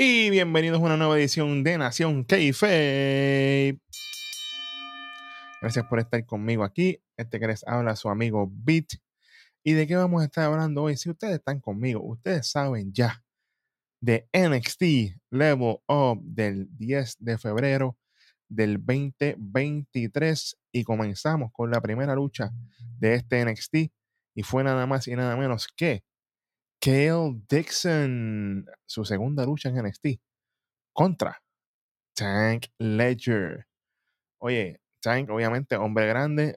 Y bienvenidos a una nueva edición de Nación Kayfabe. Gracias por estar conmigo aquí. Que les habla su amigo Beat. ¿Y de qué vamos a estar hablando hoy? Si ustedes están conmigo, ustedes saben ya de NXT Level Up del 10 de febrero del 2023 y comenzamos con la primera lucha de este NXT y fue nada más y nada menos que Kale Dixon, su segunda lucha en NXT contra Tank Ledger. Oye, Tank, obviamente, hombre grande.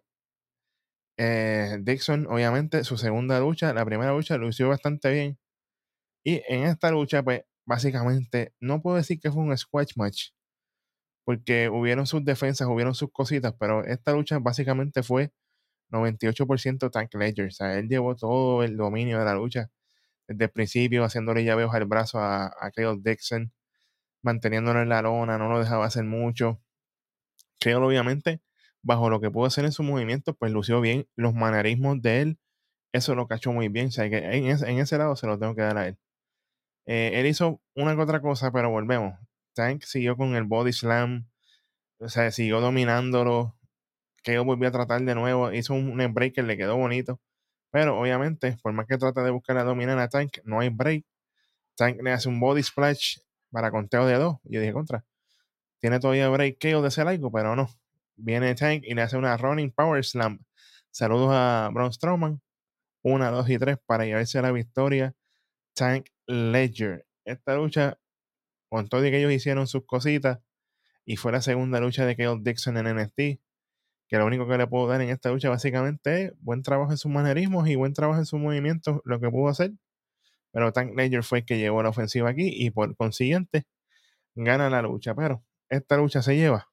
Dixon, obviamente, su segunda lucha, la primera lucha, lució bastante bien. Y en esta lucha, pues, básicamente, no puedo decir que fue un squash match, porque hubieron sus defensas, hubieron sus cositas, pero esta lucha básicamente fue 98% Tank Ledger. O sea, él llevó todo el dominio de la lucha desde el principio, haciéndole llaveos al brazo a Kale Dixon, manteniéndolo en la lona, no lo dejaba hacer mucho. Kale, obviamente, bajo lo que pudo hacer en su movimiento, pues lució bien. Los manerismos de él, eso lo cachó muy bien. O sea, que en ese lado se lo tengo que dar a él. Él hizo una que otra cosa, pero volvemos. Tank siguió con el body slam, o sea, siguió dominándolo. Kale volvió a tratar de nuevo, hizo un break que le quedó bonito. Pero obviamente, por más que trata de buscar a dominar a Tank, no hay break. Tank le hace un body splash para conteo de 2. Y yo dije, contra, tiene todavía break KO de hacer algo, pero no. Viene Tank y le hace una running power slam. Saludos a Braun Strowman. 1, 2 y 3 para llevarse la victoria. Tank Ledger. Esta lucha, con todo y que ellos hicieron sus cositas, y fue la segunda lucha de Kale Dixon en NXT, que lo único que le puedo dar en esta lucha básicamente es buen trabajo en sus manerismos y buen trabajo en sus movimientos, lo que pudo hacer. Pero Tank Ledger fue el que llevó la ofensiva aquí y por consiguiente gana la lucha. Pero esta lucha se lleva.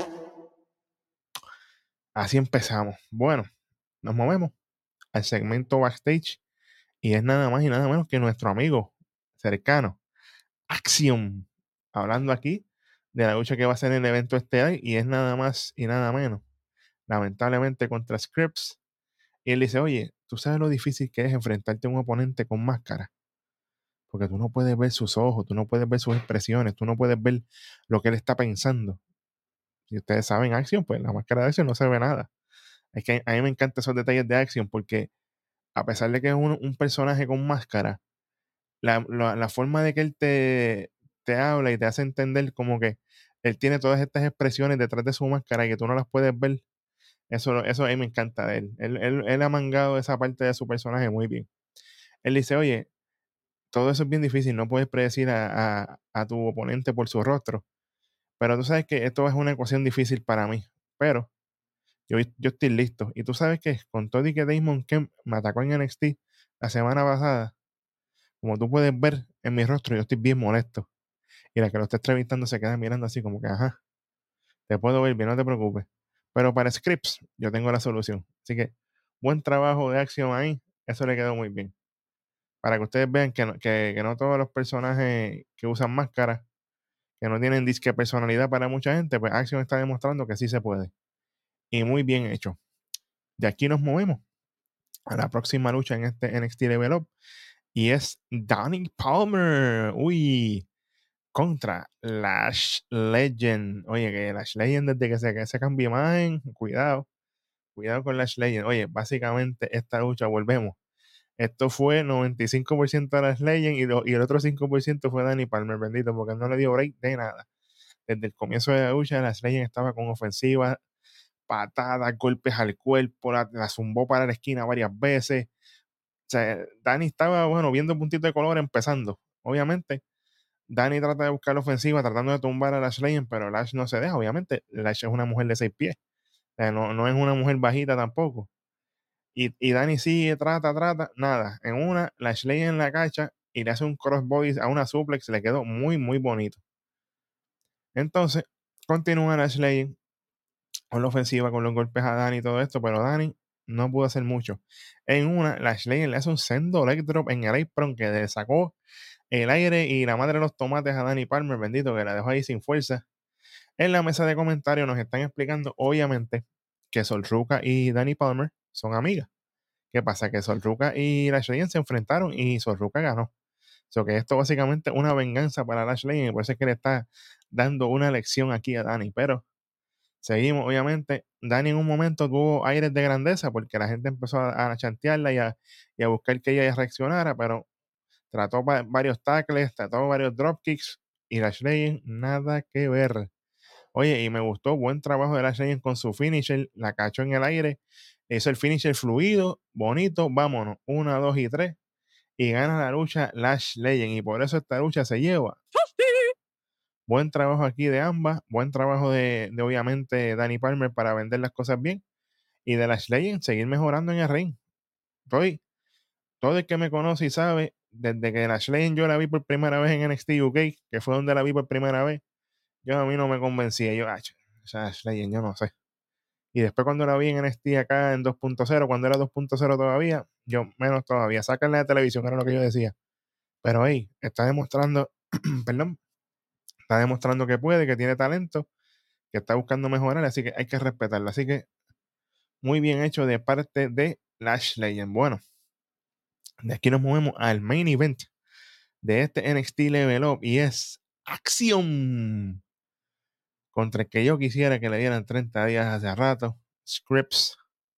Así empezamos. Bueno, nos movemos al segmento backstage y es nada más y nada menos que nuestro amigo cercano, Axiom, hablando aquí de la lucha que va a ser en el evento estelar y es nada más y nada menos, lamentablemente contra Scripps. Y él dice, oye, tú sabes lo difícil que es enfrentarte a un oponente con máscara, porque tú no puedes ver sus ojos, tú no puedes ver sus expresiones, tú no puedes ver lo que él está pensando. Si ustedes saben Axiom, pues la máscara de Axiom no se ve nada. Es que a mí me encantan esos detalles de Axiom porque a pesar de que es un personaje con máscara, la forma de que él te habla y te hace entender como que él tiene todas estas expresiones detrás de su máscara y que tú no las puedes ver, eso a mí me encanta de él. Él ha mangado esa parte de su personaje muy bien. Él dice, oye, todo eso es bien difícil, no puedes predecir a tu oponente por su rostro, pero tú sabes que esto es una ecuación difícil para mí, pero yo estoy listo. Y tú sabes que con todo y que Damon Kemp me atacó en NXT la semana pasada, como tú puedes ver en mi rostro, yo estoy bien molesto. Y la que lo está entrevistando se queda mirando así como que, ajá, te puedo ver bien, no te preocupes. Pero para Scripps, yo tengo la solución. Así que, buen trabajo de acción ahí. Eso le quedó muy bien. Para que ustedes vean que no todos los personajes que usan máscaras, que no tienen disque personalidad para mucha gente, pues Action está demostrando que sí se puede. Y muy bien hecho. De aquí nos movemos a la próxima lucha en este NXT Level Up. Y es Donny Palmer. Uy, contra Lash Legend. Oye, que Lash Legend desde que se cambió imagen, cuidado con Lash Legend. Oye, básicamente esta lucha, volvemos. Esto fue 95% de Lash Legend y el otro 5% fue Donny Palmer, bendito, porque no le dio break de nada. Desde el comienzo de la lucha, Lash Legend estaba con ofensiva, patadas, golpes al cuerpo, la zumbó para la esquina varias veces. O sea, Dani estaba, bueno, viendo un puntito de color empezando. Obviamente, Dani trata de buscar la ofensiva, tratando de tumbar a Lash Legend, pero Lash no se deja. Obviamente, Lash es una mujer de 6 pies. O sea, no es una mujer bajita tampoco. Y Dani sigue, trata, nada. En una, Lash Legend la cacha y le hace un crossbody a una suplex, le quedó muy, muy bonito. Entonces, continúa Lash Legend con la ofensiva, con los golpes a Dani y todo esto, pero Dani no pudo hacer mucho. En una, Lash Legend le hace un sendo leg drop en el apron que le sacó el aire y la madre de los tomates a Danny Palmer, bendito, que la dejó ahí sin fuerza. En la mesa de comentarios nos están explicando, obviamente, que Sol Ruka y Danny Palmer son amigas. ¿Qué pasa? Que Sol Ruka y la Cheyenne se enfrentaron y Sol Ruka ganó. So que esto básicamente es una venganza para Lashley y por eso es que le está dando una lección aquí a Dani. Pero seguimos, obviamente. Dani en un momento tuvo aires de grandeza porque la gente empezó a chantearla y a buscar que ella reaccionara, pero trató varios tackles, trató varios dropkicks y Lashley nada que ver. Oye, y me gustó, buen trabajo de Lashley con su finisher, la cachó en el aire, hizo el finisher fluido, bonito, vámonos, una, dos y tres, y gana la lucha Lash Legend, y por eso esta lucha se lleva. Buen trabajo aquí de ambas, buen trabajo de obviamente Danny Palmer para vender las cosas bien, y de Lash Legend seguir mejorando en el ring. Estoy, todo el que me conoce y sabe, desde que Lash Legend yo la vi por primera vez en NXT UK, que fue donde la vi por primera vez, yo a mí no me convencía, yo, o sea, Lash Legend, yo no sé. Y después cuando la vi en NXT acá en 2.0, cuando era 2.0 todavía, yo menos todavía. Sáquenla de televisión, era lo que yo decía. Pero ahí está demostrando, perdón, está demostrando que puede, que tiene talento, que está buscando mejorar, así que hay que respetarla. Así que muy bien hecho de parte de Lash Legend. Bueno, de aquí nos movemos al main event de este NXT Level Up y es Acción contra el que yo quisiera que le dieran 30 días hace rato. Scripps,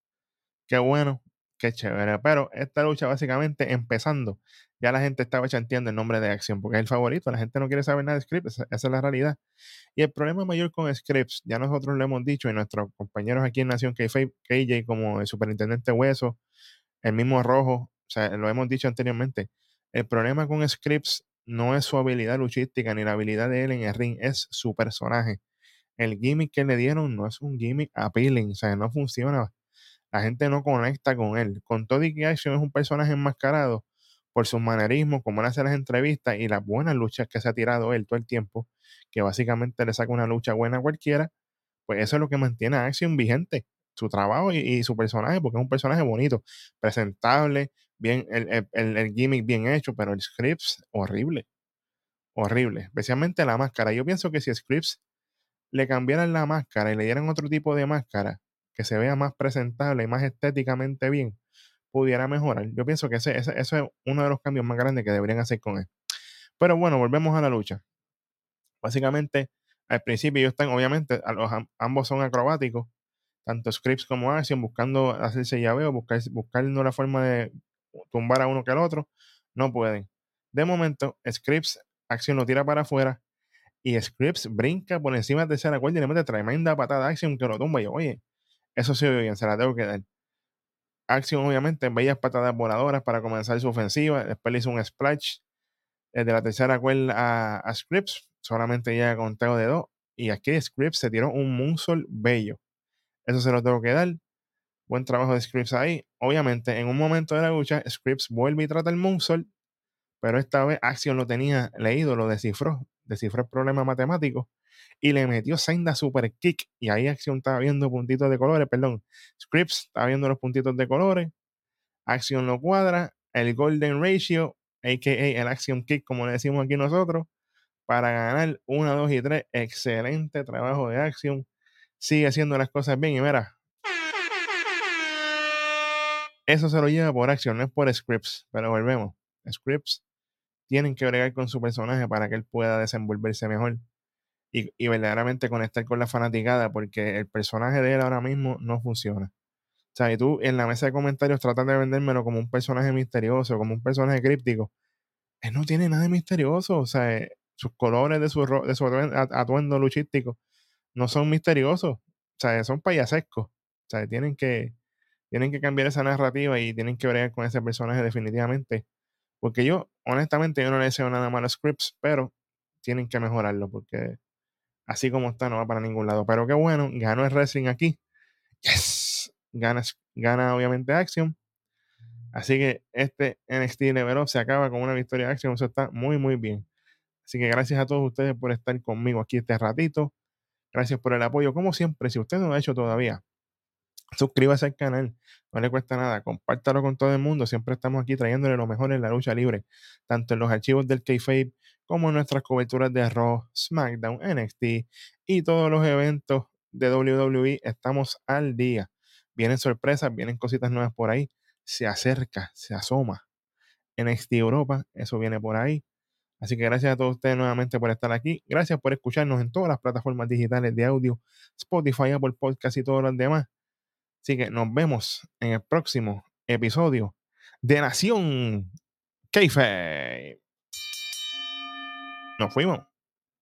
qué bueno, qué chévere. Pero esta lucha básicamente empezando, ya la gente estaba chanteando el nombre de Acción porque es el favorito. La gente no quiere saber nada de Scripps, esa es la realidad. Y el problema mayor con Scripps, ya nosotros lo hemos dicho y nuestros compañeros aquí en Nación KJ, como el superintendente Hueso, el mismo Rojo, o sea, lo hemos dicho anteriormente. El problema con Scripps no es su habilidad luchística ni la habilidad de él en el ring, es su personaje. El gimmick que le dieron no es un gimmick appealing, o sea, no funciona. La gente no conecta con él. Con todo y que Action es un personaje enmascarado por sus manerismos, como él hace las entrevistas y las buenas luchas que se ha tirado él todo el tiempo, que básicamente le saca una lucha buena a cualquiera, pues eso es lo que mantiene a Action vigente, su trabajo y su personaje, porque es un personaje bonito, presentable, bien, el gimmick bien hecho, pero el scripts horrible, horrible, especialmente la máscara. Yo pienso que si Scripps le cambiaran la máscara y le dieran otro tipo de máscara que se vea más presentable y más estéticamente bien, pudiera mejorar. Yo pienso que eso es uno de los cambios más grandes que deberían hacer con él. Pero bueno, volvemos a la lucha. Básicamente, al principio ellos están, obviamente, ambos son acrobáticos, tanto Scripps como Action, buscando hacerse llaveo, buscando la forma de tumbar a uno que al otro. No pueden. De momento, Scripps, Action lo tira para afuera y Scripps brinca por encima de tercera cuerda y le mete tremenda patada a Action que lo tumba. Y yo, oye, eso se ve bien, se la tengo que dar. Action, obviamente, bellas patadas voladoras para comenzar su ofensiva. Después le hizo un splash desde la tercera cuerda a Scripps. Solamente llega con conteo de dos. Y aquí Scripps se tiró un moonsault bello. Eso se lo tengo que dar. Buen trabajo de Scripps ahí. Obviamente, en un momento de la lucha, Scripps vuelve y trata el moonsault, pero esta vez Action lo tenía leído, lo descifró el problema matemático y le metió senda super kick. Y ahí Action estaba viendo puntitos de colores, perdón, Scripps estaba viendo los puntitos de colores. Action lo cuadra, el Golden Ratio, a.k.a. el Action Kick, como le decimos aquí nosotros, para ganar 1, 2 y 3. Excelente trabajo de Action. Sigue haciendo las cosas bien y mira, eso se lo lleva por Action, no es por Scripps, pero volvemos. Scripps tienen que bregar con su personaje para que él pueda desenvolverse mejor y verdaderamente conectar con la fanaticada, porque el personaje de él ahora mismo no funciona. O sea, y tú en la mesa de comentarios tratas de vendérmelo como un personaje misterioso, como un personaje críptico. Él no tiene nada de misterioso. O sea, sus colores de su atuendo luchístico no son misteriosos. O sea, son payasescos. O sea, tienen que cambiar esa narrativa y tienen que bregar con ese personaje definitivamente. Porque yo, honestamente, yo no le deseo nada malo a Scripps, pero tienen que mejorarlo porque así como está no va para ningún lado. Pero qué bueno, ganó el wrestling aquí. Yes. Gana obviamente Action. Así que este NXT Level Up se acaba con una victoria de Action. Eso está muy, muy bien. Así que gracias a todos ustedes por estar conmigo aquí este ratito. Gracias por el apoyo. Como siempre, si usted no lo ha hecho todavía, suscríbase al canal, no le cuesta nada, compártalo con todo el mundo. Siempre estamos aquí trayéndole lo mejor en la lucha libre, tanto en los archivos del Kayfabe como en nuestras coberturas de Raw, SmackDown, NXT y todos los eventos de WWE. Estamos al día. Vienen sorpresas, vienen cositas nuevas por ahí. Se acerca, se asoma NXT Europa, eso viene por ahí. Así que gracias a todos ustedes nuevamente por estar aquí. Gracias por escucharnos en todas las plataformas digitales de audio, Spotify, Apple Podcast y todos los demás. Así que nos vemos en el próximo episodio de Nación Keife. Nos fuimos.